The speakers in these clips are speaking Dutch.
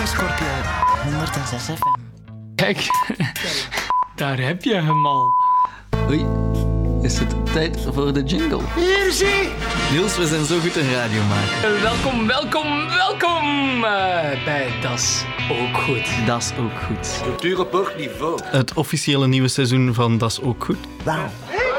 Scorpio 106 FM. Kijk, daar heb je hem al. Oei, is het tijd voor de jingle? Hier zie! Niels, we zijn zo goed een radio maken. Welkom bij Das Ook Goed. Dat is ook goed. Cultuur op hoog niveau. Het officiële nieuwe seizoen van Dat is ook goed. Wauw.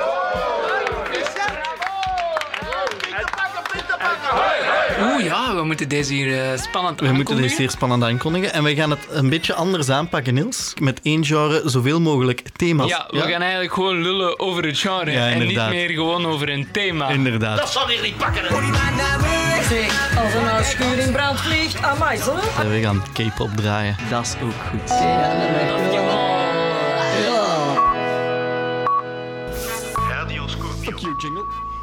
Oeh ja, we moeten deze hier spannend We moeten deze hier spannend aankondigen. En we gaan het een beetje anders aanpakken, Niels. Met één genre zoveel mogelijk thema's. Ja, we gaan eigenlijk gewoon lullen over het genre. Ja, en niet inderdaad. meer gewoon over een thema. Inderdaad. Dat zal hier niet pakken. Zeg, als een afschuur in brand vliegt, amai, zo. En we gaan K-pop draaien. Dat is ook goed. Radio Scorpio. Fuck you, jingle.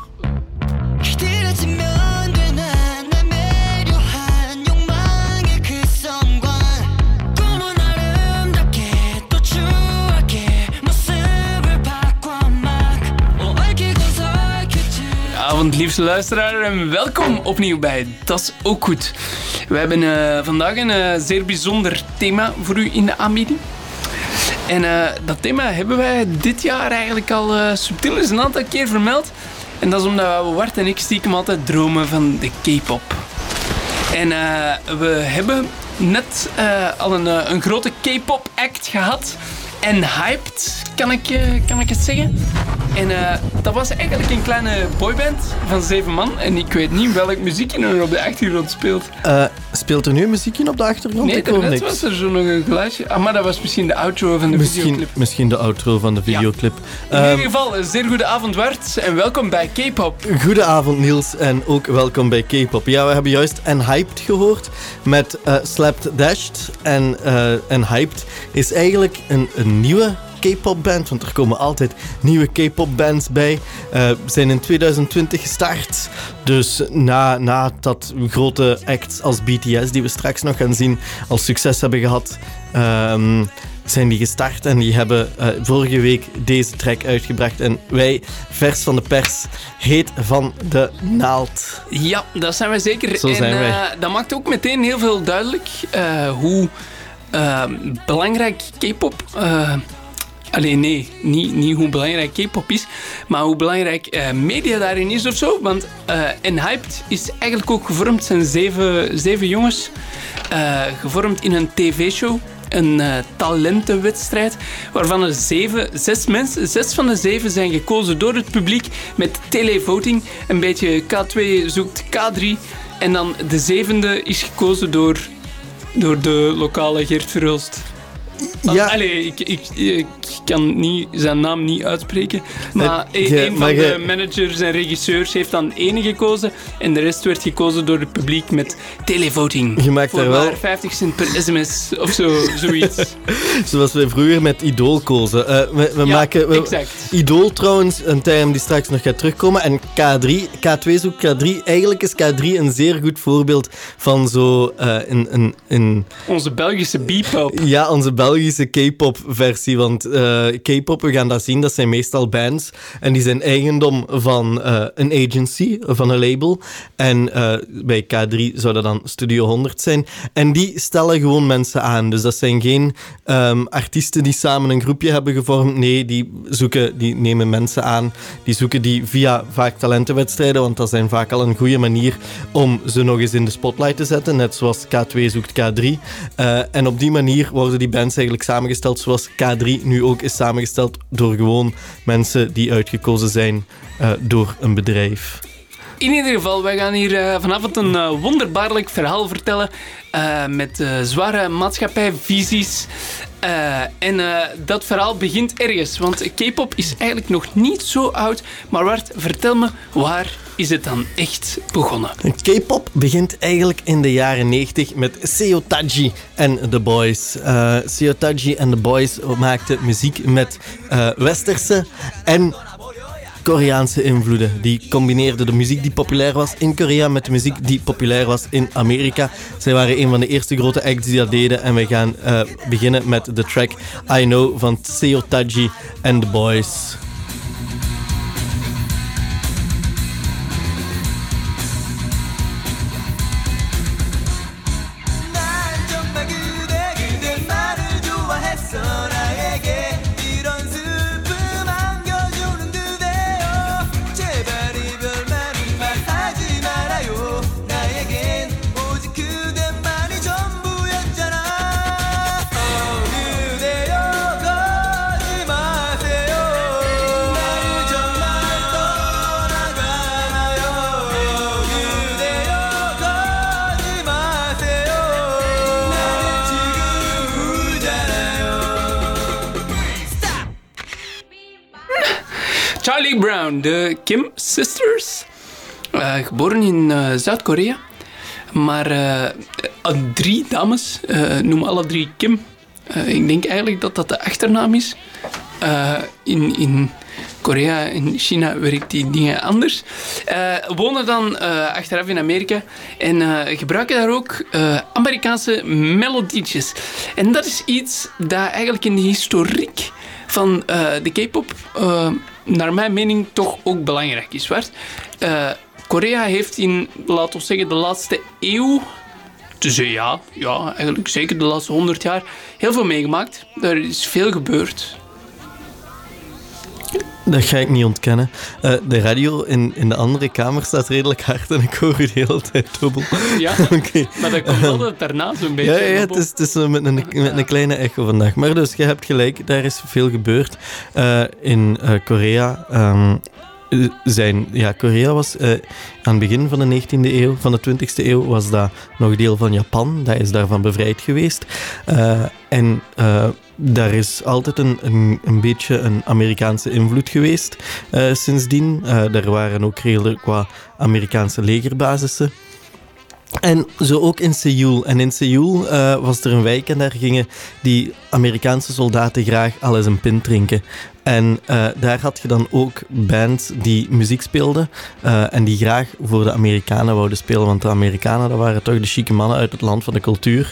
길어지면 되는 내 매료한 욕망의 그 성관 꿈은 아름답게 또 추하게 모습을 바꿔 막 얽히고서 얽혀진 Avond, liefste luisteraar, en welkom opnieuw bij Das Ook Goed. We hebben vandaag een zeer bijzonder thema voor u in de aanbieding. En dat thema hebben wij dit jaar eigenlijk al subtiel eens een aantal keer vermeld. En dat is omdat Wart en ik stiekem altijd dromen van de K-pop. En we hebben net al een grote K-pop act gehad. En hyped, kan ik het zeggen. En dat was eigenlijk een kleine boyband van 7 man. En ik weet niet welk muziekje er op de achtergrond speelt. Speelt er nu muziek in op de achtergrond? Nee, Ik hoor daarnet niks. was er zo nog een geluidje. Ah, maar dat was misschien de outro van de videoclip. Misschien de outro van de videoclip. In ieder geval, een zeer goede avond Wart. En welkom bij K-pop. Goedenavond Niels en ook welkom bij K-pop. Ja, we hebben juist Enhyped gehoord met Slapped Dashed. En Hyped is eigenlijk een nieuwe K-pop band, want er komen altijd nieuwe K-pop bands bij. We zijn in 2020 gestart, dus na dat grote acts als BTS, die we straks nog gaan zien, al succes hebben gehad, zijn die gestart en die hebben vorige week deze track uitgebracht. En wij, vers van de pers, heet van de naald. Ja, dat zijn wij zeker. Zo zijn wij. Dat maakt ook meteen heel veel duidelijk hoe belangrijk K-pop... nee, niet hoe belangrijk K-pop is, maar hoe belangrijk media daarin is of zo. Want Enhyped is eigenlijk ook gevormd, zijn zeven jongens, gevormd in een tv-show. Een talentenwedstrijd, waarvan er 6 mensen, 6 van de 7 zijn gekozen door het publiek met televoting. Een beetje K2 zoekt K3. En dan de 7e is gekozen door de lokale Geert Verhulst. Ja. Allee, ik kan zijn naam niet uitspreken. Maar een van de managers en regisseurs heeft dan ene gekozen. En de rest werd gekozen door het publiek met televoting. Je maakt voor daar wel... maar 50 cent per sms of zoiets. Zoals wij vroeger met Idol kozen. We maken... exact. Idol trouwens, een term die straks nog gaat terugkomen. En K2 zoekt K3. Eigenlijk is K3 een zeer goed voorbeeld van zo Onze Belgische B-pop. Ja, onze Belgische K-pop versie. Want K-pop, we gaan dat zien, dat zijn meestal bands. En die zijn eigendom van een agency, van een label. En bij K3 zou dat dan Studio 100 zijn. En die stellen gewoon mensen aan. Dus dat zijn geen artiesten die samen een groepje hebben gevormd. Nee, die nemen mensen aan. Die zoeken die via vaak talentenwedstrijden, want dat zijn vaak al een goede manier om ze nog eens in de spotlight te zetten. Net zoals K2 zoekt K3. En op die manier worden die bands eigenlijk samengesteld zoals K3 nu ook is samengesteld door gewoon mensen die uitgekozen zijn door een bedrijf. In ieder geval, wij gaan hier vanavond een wonderbaarlijk verhaal vertellen met zware maatschappijvisies. En dat verhaal begint ergens, want K-pop is eigenlijk nog niet zo oud. Maar Wart, vertel me, waar is het dan echt begonnen? K-pop begint eigenlijk in de jaren 90 met Seo Taiji en The Boys. Seo Taiji en The Boys maakten muziek met westerse en Koreaanse invloeden. Die combineerden de muziek die populair was in Korea met de muziek die populair was in Amerika. Zij waren een van de eerste grote acts die dat deden. En wij gaan beginnen met de track I Know van Seo Taiji and The Boys. 날 좀 막으려 Charlie Brown, de Kim Sisters. Geboren in Zuid-Korea. Maar 3 dames, noemen alle 3 Kim. Ik denk eigenlijk dat dat de achternaam is. In Korea en China werkt die dingen anders. Wonen dan achteraf in Amerika en gebruiken daar ook Amerikaanse melodietjes. En dat is iets dat eigenlijk in de historiek van de K-pop, naar mijn mening, toch ook belangrijk is. Korea heeft in, laten we zeggen, de laatste eeuw, dus ja, eigenlijk zeker de laatste 100 jaar, heel veel meegemaakt. Er is veel gebeurd. Dat ga ik niet ontkennen. De radio in de andere kamer staat redelijk hard en ik hoor u de hele tijd dubbel. Ja, Okay. Maar dat komt altijd daarna zo'n beetje. Ja, het is met een kleine echo vandaag. Maar dus, je hebt gelijk, daar is veel gebeurd. In Korea... Korea was aan het begin van de 19e eeuw, van de 20e eeuw, was dat nog deel van Japan. Dat is daarvan bevrijd geweest. En daar is altijd een beetje een Amerikaanse invloed geweest sindsdien. Er waren ook redelijk wat Amerikaanse legerbasissen. En zo ook in Seoul. En in Seoul was er een wijk en daar gingen die Amerikaanse soldaten graag al eens een pint drinken. En daar had je dan ook bands die muziek speelden en die graag voor de Amerikanen wouden spelen. Want de Amerikanen, dat waren toch de chique mannen uit het land van de cultuur.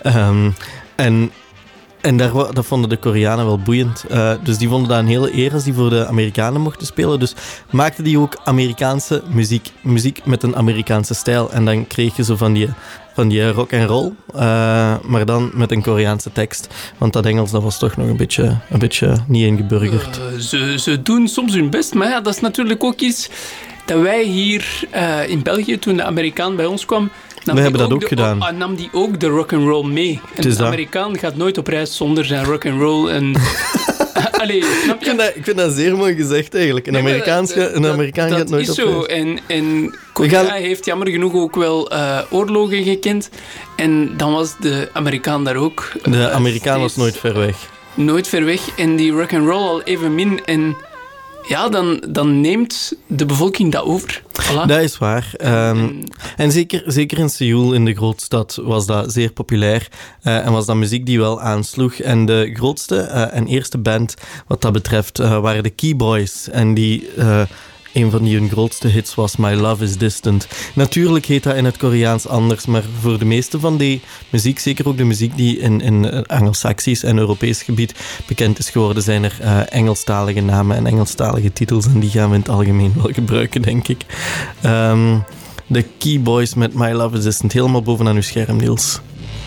En dat vonden de Koreanen wel boeiend. Dus die vonden dat een hele eer als die voor de Amerikanen mochten spelen. Dus maakten die ook Amerikaanse muziek. Muziek met een Amerikaanse stijl. En dan kreeg je zo van die rock and roll. Maar dan met een Koreaanse tekst. Want dat Engels, dat was toch nog een beetje niet ingeburgerd. Ze doen soms hun best. Maar ja, dat is natuurlijk ook iets dat wij hier in België, toen de Amerikaan bij ons kwam... We hebben dat ook gedaan. Nam die ook de rock'n'roll mee. En de Amerikaan gaat nooit op reis zonder zijn rock'n'roll. En... Allee, snap je? Ik vind dat zeer mooi gezegd eigenlijk. Een Amerikaan gaat nooit op reis. Dat is zo. En Korea heeft jammer genoeg ook wel oorlogen gekend. En dan was de Amerikaan daar ook. De Amerikaan was nooit ver weg. Nooit ver weg. En die rock'n'roll al even min. En ja, dan neemt de bevolking dat over. Voilà. Dat is waar. En zeker in Seoul, in de grootstad, was dat zeer populair. En was dat muziek die wel aansloeg. En de grootste en eerste band wat dat betreft waren de Keyboys. En een van hun grootste hits was My Love is Distant. Natuurlijk heet dat in het Koreaans anders, maar voor de meeste van die muziek, zeker ook de muziek die in Anglo-Saxisch en Europees gebied bekend is geworden, zijn er Engelstalige namen en Engelstalige titels en die gaan we in het algemeen wel gebruiken, denk ik. De Keyboys met My Love is Distant, helemaal bovenaan uw scherm, Niels.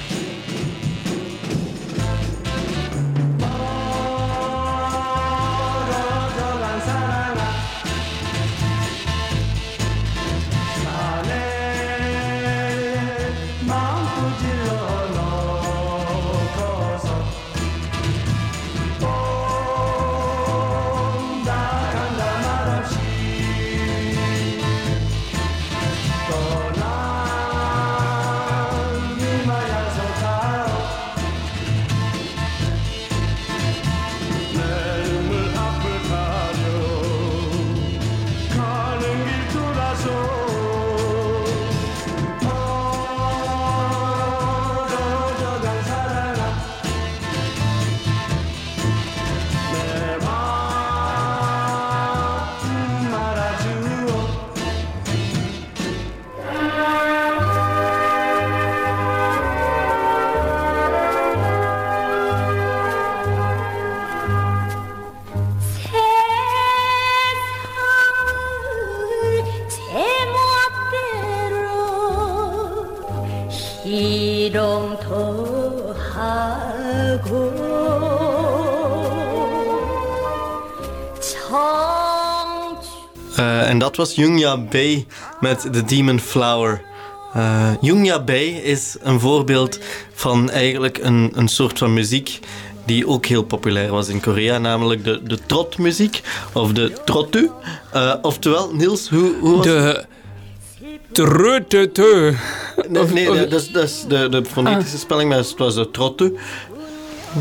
En dat was Youngja Bae met The Demon Flower. Youngja Bae is een voorbeeld van eigenlijk een soort van muziek die ook heel populair was in Korea, namelijk de trotmuziek, of de trottu. Oftewel, Niels, hoe was de trututut. Nee, dat is de fonetische spelling, maar het was de trottu.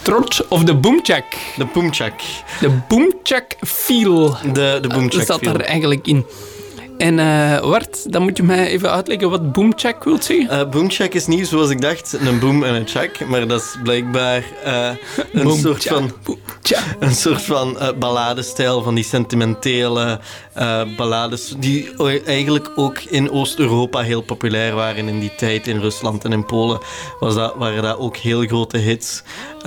Trot of de Boomchak. De Boomchak. De Boomchak feel. De Boomchak staat feel. daar eigenlijk in. En Wart, dan moet je mij even uitleggen wat Boomchak wil zeggen. Boomchak is niet zoals ik dacht, een boom en een chak, maar dat is blijkbaar een soort van balladestijl, van die sentimentele ballades, die eigenlijk ook in Oost-Europa heel populair waren in die tijd. In Rusland en in Polen waren dat ook heel grote hits.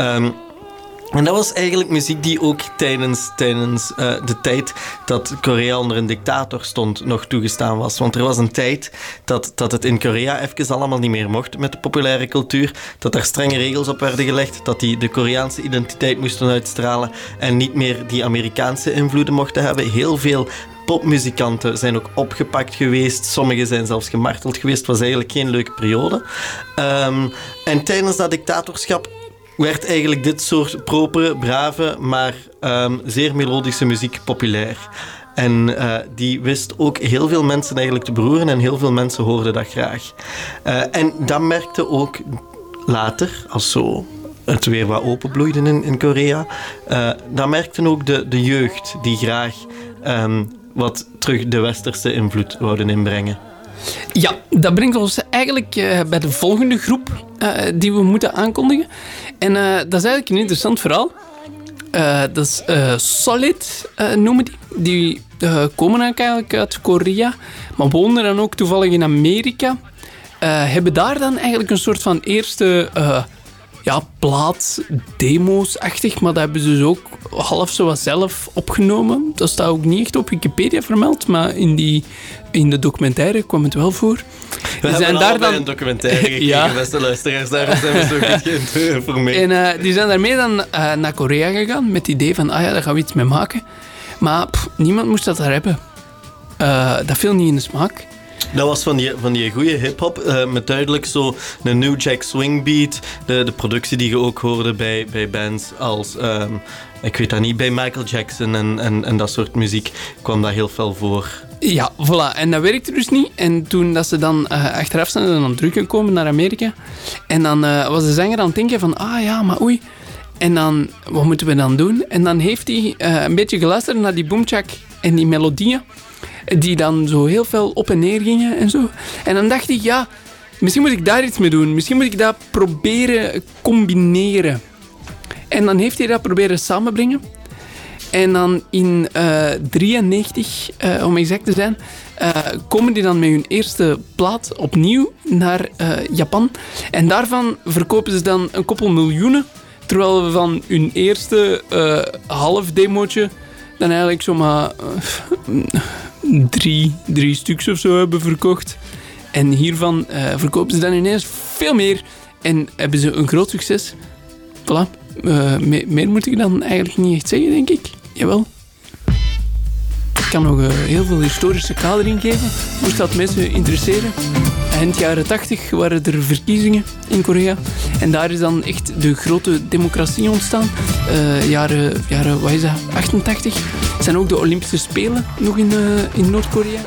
En dat was eigenlijk muziek die ook tijdens de tijd dat Korea onder een dictator stond nog toegestaan was. Want er was een tijd dat het in Korea even allemaal niet meer mocht met de populaire cultuur. Dat er strenge regels op werden gelegd. Dat die de Koreaanse identiteit moesten uitstralen en niet meer die Amerikaanse invloeden mochten hebben. Heel veel popmuzikanten zijn ook opgepakt geweest. Sommigen zijn zelfs gemarteld geweest. Het was eigenlijk geen leuke periode. En tijdens dat dictatorschap werd eigenlijk dit soort propere, brave, maar zeer melodische muziek populair. En die wist ook heel veel mensen eigenlijk te beroeren en heel veel mensen hoorden dat graag. En dat merkte ook later, als zo het weer wat openbloeide in Korea, dat merkten ook de jeugd die graag wat terug de westerse invloed wouden inbrengen. Ja, dat brengt ons eigenlijk bij de volgende groep die we moeten aankondigen. En dat is eigenlijk een interessant verhaal. Dat is Solid, noemen die. Die komen eigenlijk uit Korea, maar woonden dan ook toevallig in Amerika. Hebben daar dan eigenlijk een soort van eerste plaat, demo's-achtig, maar dat hebben ze dus ook half zo wat zelf opgenomen. Dat staat ook niet echt op Wikipedia vermeld, maar in de documentaire kwam het wel voor. We hebben daar dan een documentaire gekregen, beste luisteraars. Daarom zijn we zo goed geïnformeerd. En die zijn daarmee dan naar Korea gegaan met het idee van, daar gaan we iets mee maken. Maar niemand moest dat daar hebben. Dat viel niet in de smaak. Dat was van die goede hip-hop, met duidelijk zo een New Jack Swing beat. De productie die je ook hoorde bij bands als, ik weet dat niet, bij Michael Jackson en dat soort muziek kwam dat heel fel voor. Ja, voilà. En dat werkte dus niet. En toen dat ze dan achteraf zijn ze dan teruggekomen naar Amerika. En dan was de zanger aan het denken van, maar oei. En dan, wat moeten we dan doen? En dan heeft hij een beetje geluisterd naar die boomchak en die melodieën. Die dan zo heel veel op en neer gingen en zo. En dan dacht ik, misschien moet ik daar iets mee doen. Misschien moet ik dat proberen combineren. En dan heeft hij dat proberen samenbrengen. En dan in 93, om exact te zijn, komen die dan met hun eerste plaat opnieuw naar Japan. En daarvan verkopen ze dan een koppel miljoenen. Terwijl we van hun eerste half demootje dan eigenlijk zomaar 3 stuks of zo hebben verkocht. En hiervan verkopen ze dan ineens veel meer. En hebben ze een groot succes. Voilà. Meer moet ik dan eigenlijk niet echt zeggen, denk ik. Jawel. Ik kan nog heel veel historische kadering geven. Moest dat mensen interesseren. Eind jaren 80 waren er verkiezingen in Korea. En daar is dan echt de grote democratie ontstaan. Jaren, wat is dat? 88. Zijn ook de Olympische Spelen nog in Noord-Korea.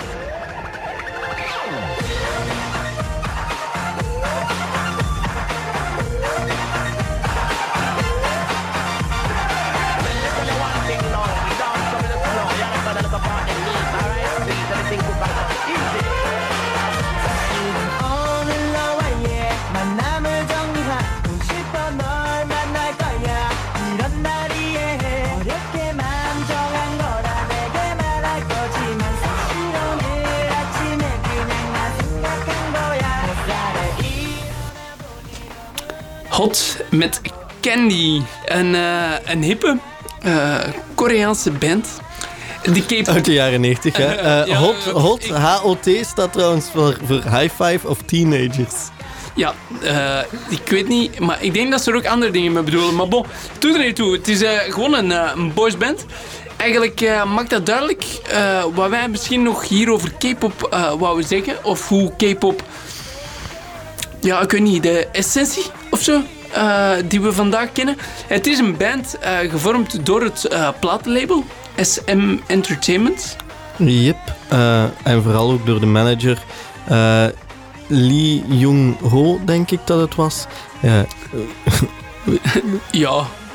Hot met Candy. Een hippe Koreaanse band. Uit de jaren 90, hè? Hot, HOT staat trouwens voor High Five of Teenagers. Ja, ik weet niet, maar ik denk dat ze er ook andere dingen mee bedoelen. Maar bon, doe er niet toe. Het is gewoon een boysband. Eigenlijk maakt dat duidelijk wat wij misschien nog hier over K-pop wouden zeggen. Of hoe K-pop, ik weet niet, de essentie of zo, die we vandaag kennen. Het is een band gevormd door het platenlabel SM Entertainment. Yep, en vooral ook door de manager Lee Jung-ho, denk ik dat het was. Ja,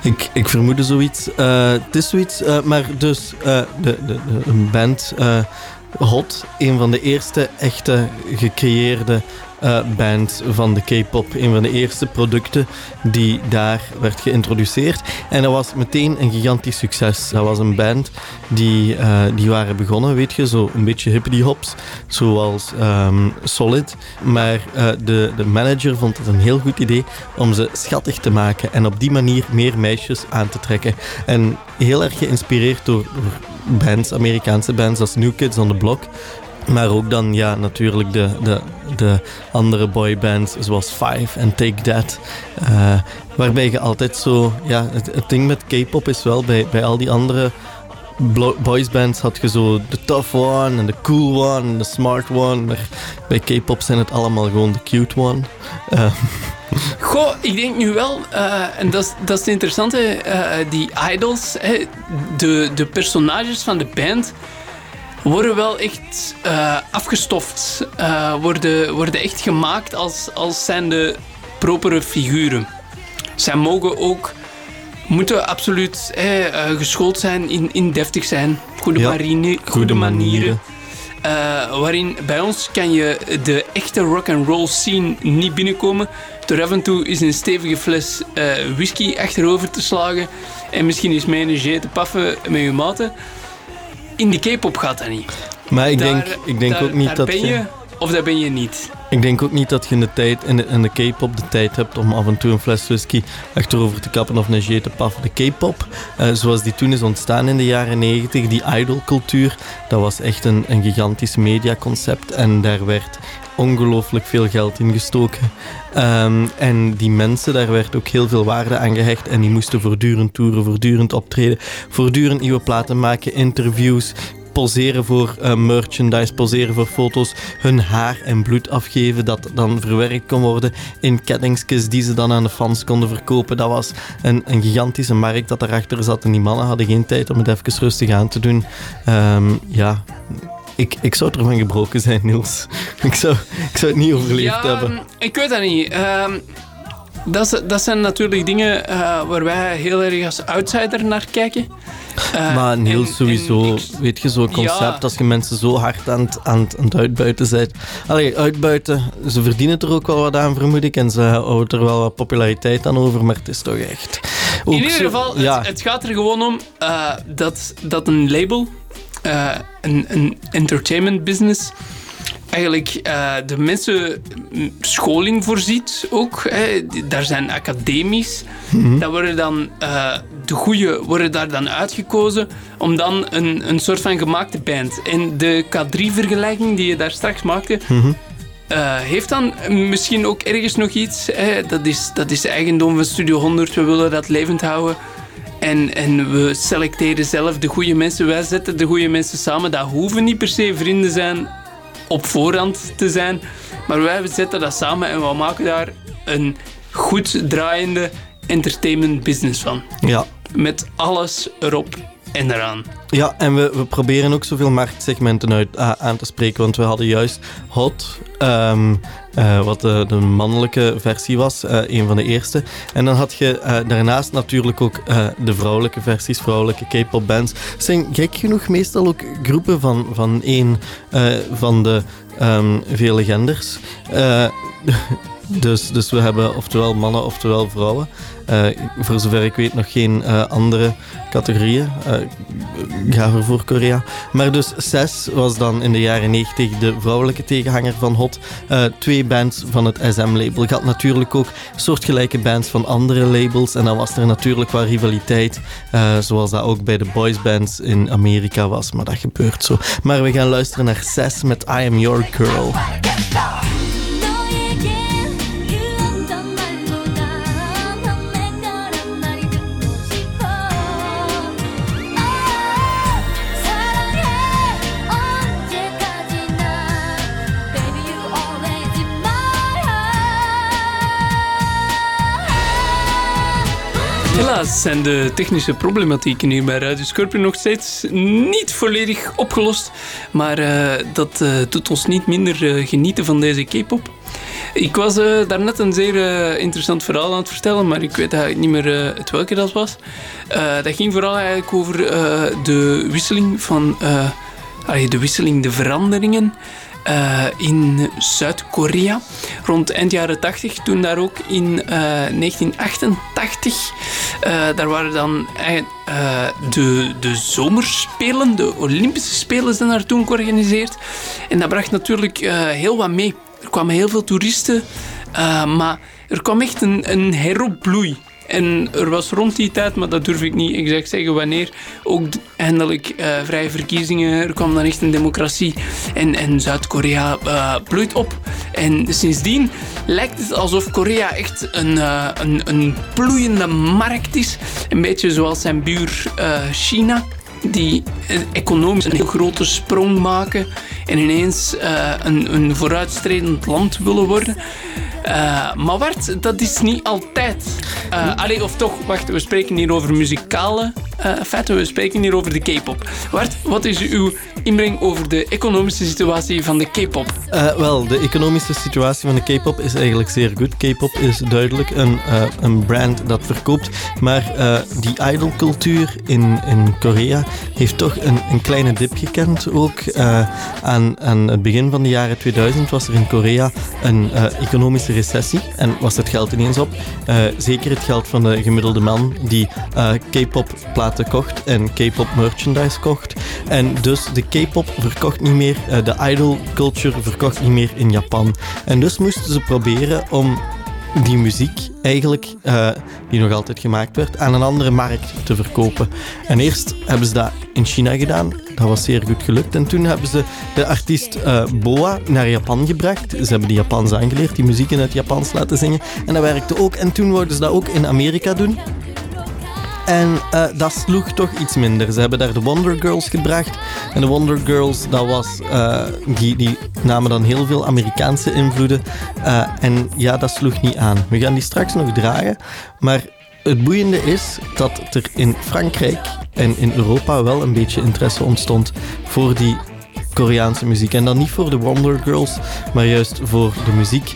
Ik vermoedde zoiets. Het is zoiets, maar dus een band Hot, een van de eerste echte gecreëerde band van de K-pop. Een van de eerste producten die daar werd geïntroduceerd. En dat was meteen een gigantisch succes. Dat was een band die waren begonnen, weet je, zo een beetje hippity-hops, zoals Solid. Maar de manager vond het een heel goed idee om ze schattig te maken en op die manier meer meisjes aan te trekken. En heel erg geïnspireerd door bands, Amerikaanse bands als New Kids on the Block. Maar ook dan, ja, natuurlijk de andere boybands zoals Five en Take That. Waarbij je altijd zo... Ja, het ding met K-pop is wel, bij al die andere boysbands had je zo de tough one en de cool one en de smart one. Maar bij K-pop zijn het allemaal gewoon de cute one. Goh, ik denk nu wel, en dat is het interessante, die idols, de personages van de band worden wel echt afgestoft, worden echt gemaakt als zijnde propere figuren. Zij moeten absoluut geschoold zijn in deftig zijn, goede manieren. Waarin bij ons kan je de echte rock'n'roll scene niet binnenkomen door af en toe eens een stevige fles whisky achterover te slagen en misschien eens mee een G te paffen met je maten. In de K-pop gaat dat niet. Maar ik denk ook niet dat ben je of daar ben je niet. Ik denk ook niet dat je in de K-pop de tijd hebt om af en toe een fles whisky achterover te kappen of een G te paffen. De K-pop, zoals die toen is ontstaan in de jaren 90, die idolcultuur, dat was echt een gigantisch mediaconcept en daar werd ongelooflijk veel geld in gestoken. En die mensen, daar werd ook heel veel waarde aan gehecht en die moesten voortdurend toeren, voortdurend optreden, voortdurend nieuwe platen maken, interviews, poseren voor merchandise, poseren voor foto's, hun haar en bloed afgeven dat dan verwerkt kon worden in kettingsjes die ze dan aan de fans konden verkopen. Dat was een gigantische markt dat daarachter zat en die mannen hadden geen tijd om het even rustig aan te doen. Ik zou ervan gebroken zijn, Niels. Ik zou het niet overleefd hebben. Ik weet dat niet. Dat zijn natuurlijk dingen waar wij heel erg als outsider naar kijken. Maar Niels, sowieso, weet je, zo'n concept, als je mensen zo hard aan het uitbuiten bent. Allee, uitbuiten, ze verdienen er ook wel wat aan, vermoed ik, en ze houden er wel wat populariteit aan over, maar het is toch echt... In ieder geval, het gaat er gewoon om dat een label, een entertainment business, eigenlijk de mensen scholing voorziet ook. Daar zijn academies. Dat worden dan, de goeie worden daar dan uitgekozen om dan een soort van gemaakte band. En de K3-vergelijking die je daar straks maakte, heeft dan misschien ook ergens nog iets. Dat is eigendom van Studio 100. We willen dat levend houden. En we selecteren zelf de goede mensen. Wij zetten de goede mensen samen. Dat hoeven niet per se vrienden zijn op voorhand te zijn. Maar wij zetten dat samen en we maken daar een goed draaiende entertainment business van. Ja. Met alles erop en eraan. Ja, en we proberen ook zoveel marktsegmenten aan te spreken, want we hadden juist Hot, wat de mannelijke versie was, een van de eerste. En dan had je daarnaast natuurlijk ook de vrouwelijke versies, vrouwelijke K-pop bands. Het zijn gek genoeg meestal ook groepen van één van de vele genders. Dus we hebben oftewel mannen, oftewel vrouwen. Voor zover ik weet nog geen andere categorieën. Ga voor Korea. Maar dus 6 was dan in de jaren 90 de vrouwelijke tegenhanger van Hot. 2 bands van het SM-label. Ik had natuurlijk ook soortgelijke bands van andere labels. En dan was er natuurlijk wel rivaliteit. Zoals dat ook bij de boysbands in Amerika was. Maar dat gebeurt zo. Maar we gaan luisteren naar 6 met I Am Your Girl. Helaas zijn de technische problematieken hier bij Radio Scorpion nog steeds niet volledig opgelost. Maar dat doet ons niet minder genieten van deze K-pop. Ik was daarnet een zeer interessant verhaal aan het vertellen, maar ik weet eigenlijk niet meer het welke dat was. Dat ging vooral eigenlijk over de wisseling van... de veranderingen in Zuid-Korea. Rond eind jaren 80, toen daar ook in 1988... daar waren dan de zomerspelen, de Olympische Spelen zijn daar toen georganiseerd. En dat bracht natuurlijk heel wat mee. Er kwamen heel veel toeristen, maar er kwam echt een heropbloei. En er was rond die tijd, maar dat durf ik niet exact zeggen wanneer, ook eindelijk vrije verkiezingen. Er kwam dan echt een democratie en Zuid-Korea bloeit op. En sindsdien lijkt het alsof Korea echt een bloeiende markt is. Een beetje zoals zijn buur China, die economisch een heel grote sprong maken en ineens een vooruitstrevend land willen worden. Maar Bart, dat is niet altijd. Of toch, wacht, we spreken hier over muzikale feiten, we spreken hier over de K-pop. Bart, wat is uw inbreng over de economische situatie van de K-pop? Wel, de economische situatie van de K-pop is eigenlijk zeer goed. K-pop is duidelijk een brand dat verkoopt, maar die idolcultuur in Korea heeft toch een kleine dip gekend ook. Aan het begin van de jaren 2000 was er in Korea een economische recessie en was het geld ineens op. Zeker het geld van de gemiddelde man die K-pop platen kocht en K-pop merchandise kocht. En dus de K-pop verkocht niet meer, de idol culture verkocht niet meer in Japan. En dus moesten ze proberen om die muziek eigenlijk, die nog altijd gemaakt werd, aan een andere markt te verkopen. En eerst hebben ze dat in China gedaan. Dat was zeer goed gelukt. En toen hebben ze de artiest Boa naar Japan gebracht. Ze hebben die Japans aangeleerd, die muziek in het Japans laten zingen. En dat werkte ook. En toen wouden ze dat ook in Amerika doen. En dat sloeg toch iets minder. Ze hebben daar de Wonder Girls gebracht. En de Wonder Girls, dat was, die namen dan heel veel Amerikaanse invloeden. En ja, dat sloeg niet aan. We gaan die straks nog dragen. Maar het boeiende is dat er in Frankrijk en in Europa wel een beetje interesse ontstond voor die Koreaanse muziek. En dan niet voor de Wonder Girls, maar juist voor de muziek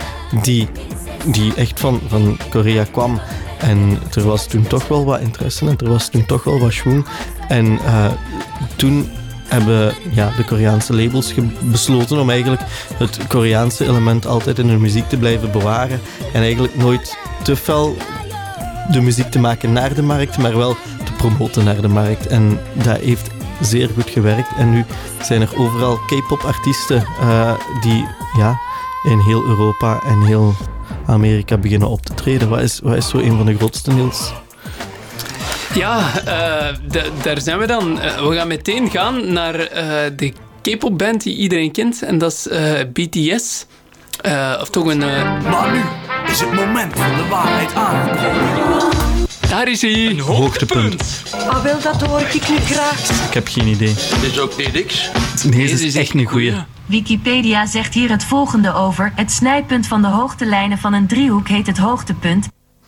die echt van Korea kwam. En er was toen toch wel wat interesse en er was toen toch wel wat schwung. En toen hebben de Koreaanse labels besloten om eigenlijk het Koreaanse element altijd in hun muziek te blijven bewaren. En eigenlijk nooit te fel de muziek te maken naar de markt, maar wel te promoten naar de markt. En dat heeft zeer goed gewerkt. En nu zijn er overal K-pop-artiesten die in heel Europa en heel Amerika beginnen op te treden. Wat is zo een van de grootste, Niels? Ja, daar zijn we dan. We gaan meteen gaan naar de K-pop-band die iedereen kent. En dat is BTS. Of toch een... Maar nu is het moment van de waarheid aangekomen. Daar is hij. Een hoogtepunt. Ah, wel, dat hoor ik niet graag. Ik heb geen idee. Dit is ook niet niks. Deze is echt een goeie. Wikipedia zegt hier het volgende over. Het snijpunt van de hoogtelijnen van een driehoek heet het hoogtepunt.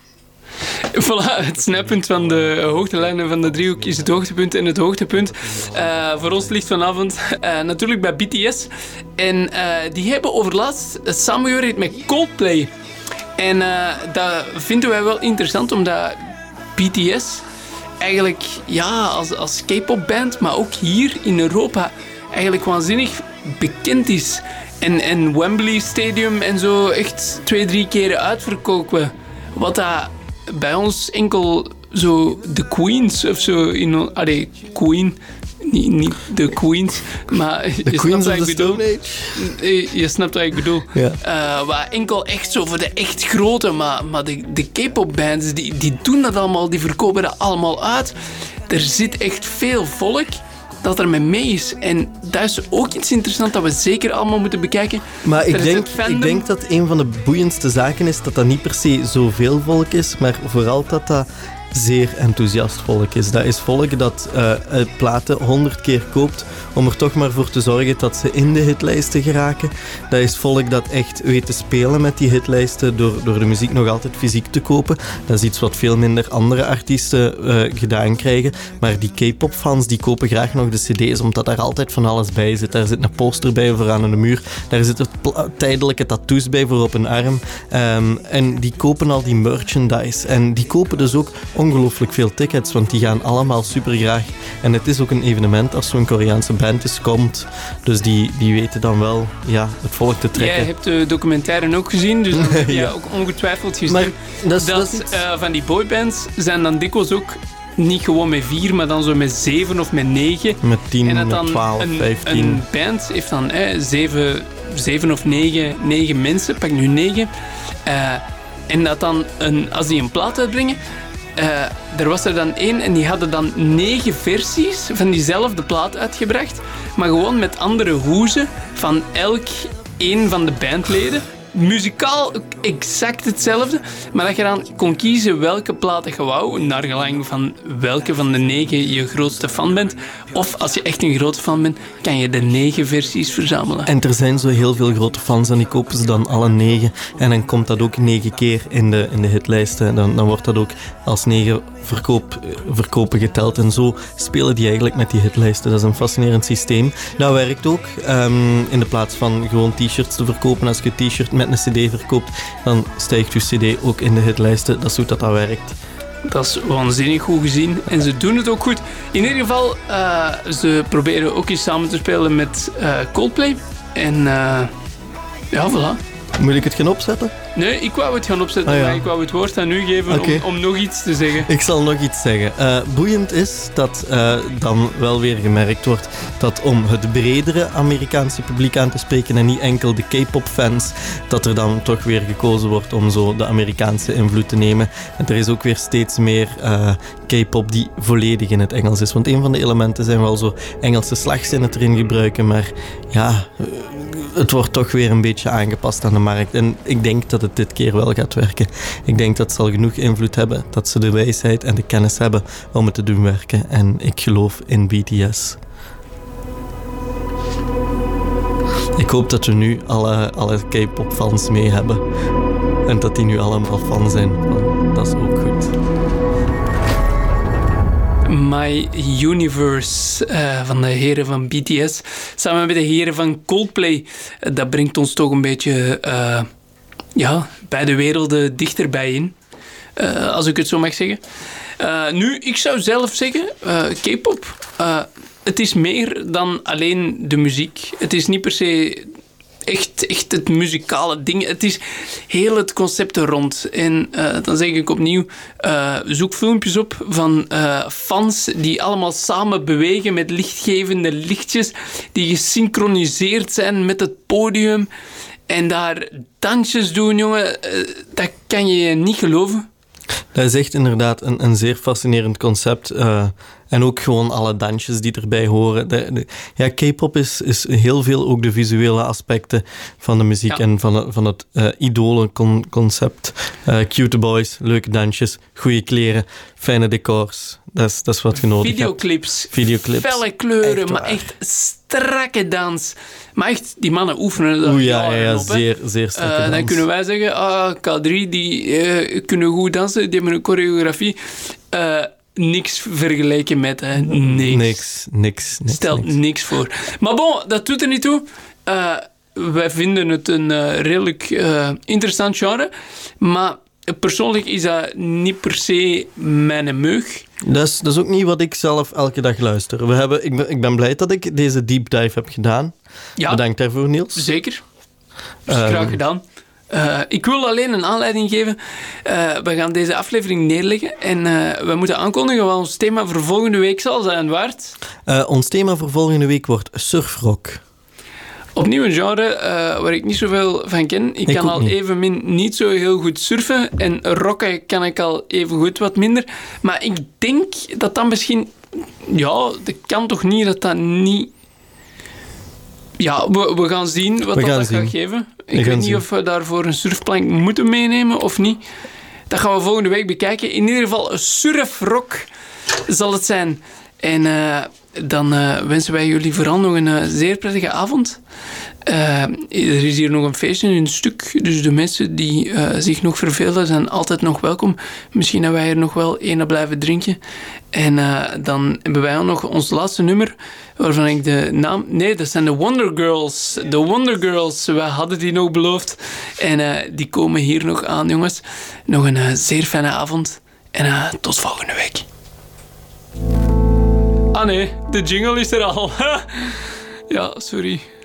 Voilà, het snijpunt van de hoogtelijnen van de driehoek is het hoogtepunt. En het hoogtepunt voor ons ligt vanavond natuurlijk bij BTS. En die hebben overlaatst samengewerkt met Coldplay. En dat vinden wij wel interessant, omdat BTS eigenlijk als K-pop-band, maar ook hier in Europa eigenlijk waanzinnig bekend is. En Wembley Stadium en zo echt 2-3 keren uitverkopen. Wat dat bij ons enkel zo de Queens of zo... Queen... Niet de Queens, maar de Queens of the Stone Age. Je snapt wat ik bedoel. Ja. Waar enkel echt zo voor de echt grote, maar de K-pop bands, die doen dat allemaal, die verkopen dat allemaal uit. Er zit echt veel volk dat er mee is. En dat is ook iets interessants dat we zeker allemaal moeten bekijken. Maar ik denk dat een van de boeiendste zaken is dat dat niet per se zoveel volk is, maar vooral dat zeer enthousiast volk is. Dat is volk dat platen 100 keer koopt om er toch maar voor te zorgen dat ze in de hitlijsten geraken. Dat is volk dat echt weet te spelen met die hitlijsten door de muziek nog altijd fysiek te kopen. Dat is iets wat veel minder andere artiesten gedaan krijgen. Maar die K-pop-fans die kopen graag nog de cd's, omdat daar altijd van alles bij zit. Daar zit een poster bij voor aan de muur. Daar zitten tijdelijke tattoos bij voor op een arm. En die kopen al die merchandise. En die kopen dus ook ongelooflijk veel tickets, want die gaan allemaal super graag. En het is ook een evenement als zo'n Koreaanse band is, komt. Dus die weten dan wel het volk te trekken. Jij hebt de documentaire ook gezien, dus dan heb je ook ongetwijfeld gezien dat van die boybands zijn dan dikwijls ook niet gewoon met 4, maar dan zo met 7 of met 9. Met 10, en dat dan 12, 15. Een band heeft dan 7 of 9 mensen, pak nu 9. En dat dan, als die een plaat uitbrengen, er was er dan 1 en die hadden dan 9 versies van diezelfde plaat uitgebracht, maar gewoon met andere hoezen van elk één van de bandleden. Muzikaal exact hetzelfde, maar dat je dan kon kiezen welke platen je wou, naar gelang van welke van de 9 je grootste fan bent. Of als je echt een grote fan bent, kan je de 9 versies verzamelen. En er zijn zo heel veel grote fans en die kopen ze dan alle 9. En dan komt dat ook 9 keer in de hitlijsten. Dan wordt dat ook als 9 verkopen geteld. En zo spelen die eigenlijk met die hitlijsten. Dat is een fascinerend systeem. Dat werkt ook. In de plaats van gewoon t-shirts te verkopen, als je een t-shirt met een cd verkoopt, dan stijgt je cd ook in de hitlijsten. Dat is hoe dat werkt. Dat is waanzinnig goed gezien. En ze doen het ook goed. In ieder geval, ze proberen ook eens samen te spelen met Coldplay. En voilà. Moet ik het gaan opzetten? Nee, ik wou het gaan opzetten, maar ik wou het woord aan u geven om nog iets te zeggen. Ik zal nog iets zeggen. Boeiend is dat dan wel weer gemerkt wordt dat om het bredere Amerikaanse publiek aan te spreken en niet enkel de K-pop-fans, dat er dan toch weer gekozen wordt om zo de Amerikaanse invloed te nemen. En er is ook weer steeds meer K-pop die volledig in het Engels is. Want een van de elementen zijn wel zo Engelse slagzinnen erin gebruiken, maar ja, het wordt toch weer een beetje aangepast aan de markt. En ik denk dat het dit keer wel gaat werken. Ik denk dat het zal genoeg invloed hebben, dat ze de wijsheid en de kennis hebben om het te doen werken. En ik geloof in BTS. Ik hoop dat we nu alle K-pop-fans mee hebben. En dat die nu allemaal fan zijn. Dat is ook goed. My Universe van de heren van BTS samen met de heren van Coldplay. Dat brengt ons toch een beetje bij de werelden dichterbij in. Als ik het zo mag zeggen. Nu, ik zou zelf zeggen, K-pop, het is meer dan alleen de muziek. Het is niet per se echt het muzikale ding. Het is heel het concept er rond. En dan zeg ik opnieuw, zoek filmpjes op van fans die allemaal samen bewegen met lichtgevende lichtjes, die gesynchroniseerd zijn met het podium en daar dansjes doen, jongen. Dat kan je niet geloven. Dat is echt inderdaad een zeer fascinerend concept. En ook gewoon alle dansjes die erbij horen. K-pop is heel veel ook de visuele aspecten van de muziek en van het idolenconcept. Cute boys, leuke dansjes, goede kleren, fijne decors. Dat is wat je nodig hebt. Videoclips. Felle kleuren, maar echt strakke dans. Maar echt, die mannen oefenen dat op, zeer strakke dans. Dan kunnen wij zeggen, K3, die kunnen goed dansen, die hebben een choreografie. Niks vergelijken met, Niks. Stelt niks voor. Maar bon, dat doet er niet toe. Wij vinden het een redelijk interessant genre. Maar persoonlijk is dat niet per se mijn meug. Dat is ook niet wat ik zelf elke dag luister. Ik ben blij dat ik deze deep dive heb gedaan. Ja, bedankt daarvoor, Niels. Zeker. Graag gedaan. Ik wil alleen een aanleiding geven. We gaan deze aflevering neerleggen en we moeten aankondigen wat ons thema voor volgende week zal zijn, Waard. Ons thema voor volgende week wordt surfrock. Opnieuw een genre waar ik niet zoveel van ken. Ik kan al evenmin niet zo heel goed surfen en rocken kan ik al even goed wat minder. Maar ik denk dat dat misschien... Ja, dat kan toch niet dat niet... Ja, we gaan zien wat dat gaat geven. Ik weet niet of we daarvoor een surfplank moeten meenemen of niet. Dat gaan we volgende week bekijken. In ieder geval surfrock zal het zijn. En dan wensen wij jullie vooral nog een zeer prettige avond. Er is hier nog een feestje in een stuk. Dus de mensen die zich nog vervelen zijn altijd nog welkom. Misschien dat wij er nog wel een blijven drinken. En dan hebben wij nog ons laatste nummer. Waarvan ik de naam... Nee, dat zijn de Wonder Girls. De Wonder Girls. We hadden die nog beloofd. En die komen hier nog aan, jongens. Nog een zeer fijne avond. En tot volgende week. Ah nee, de jingle is er al. Ja, sorry.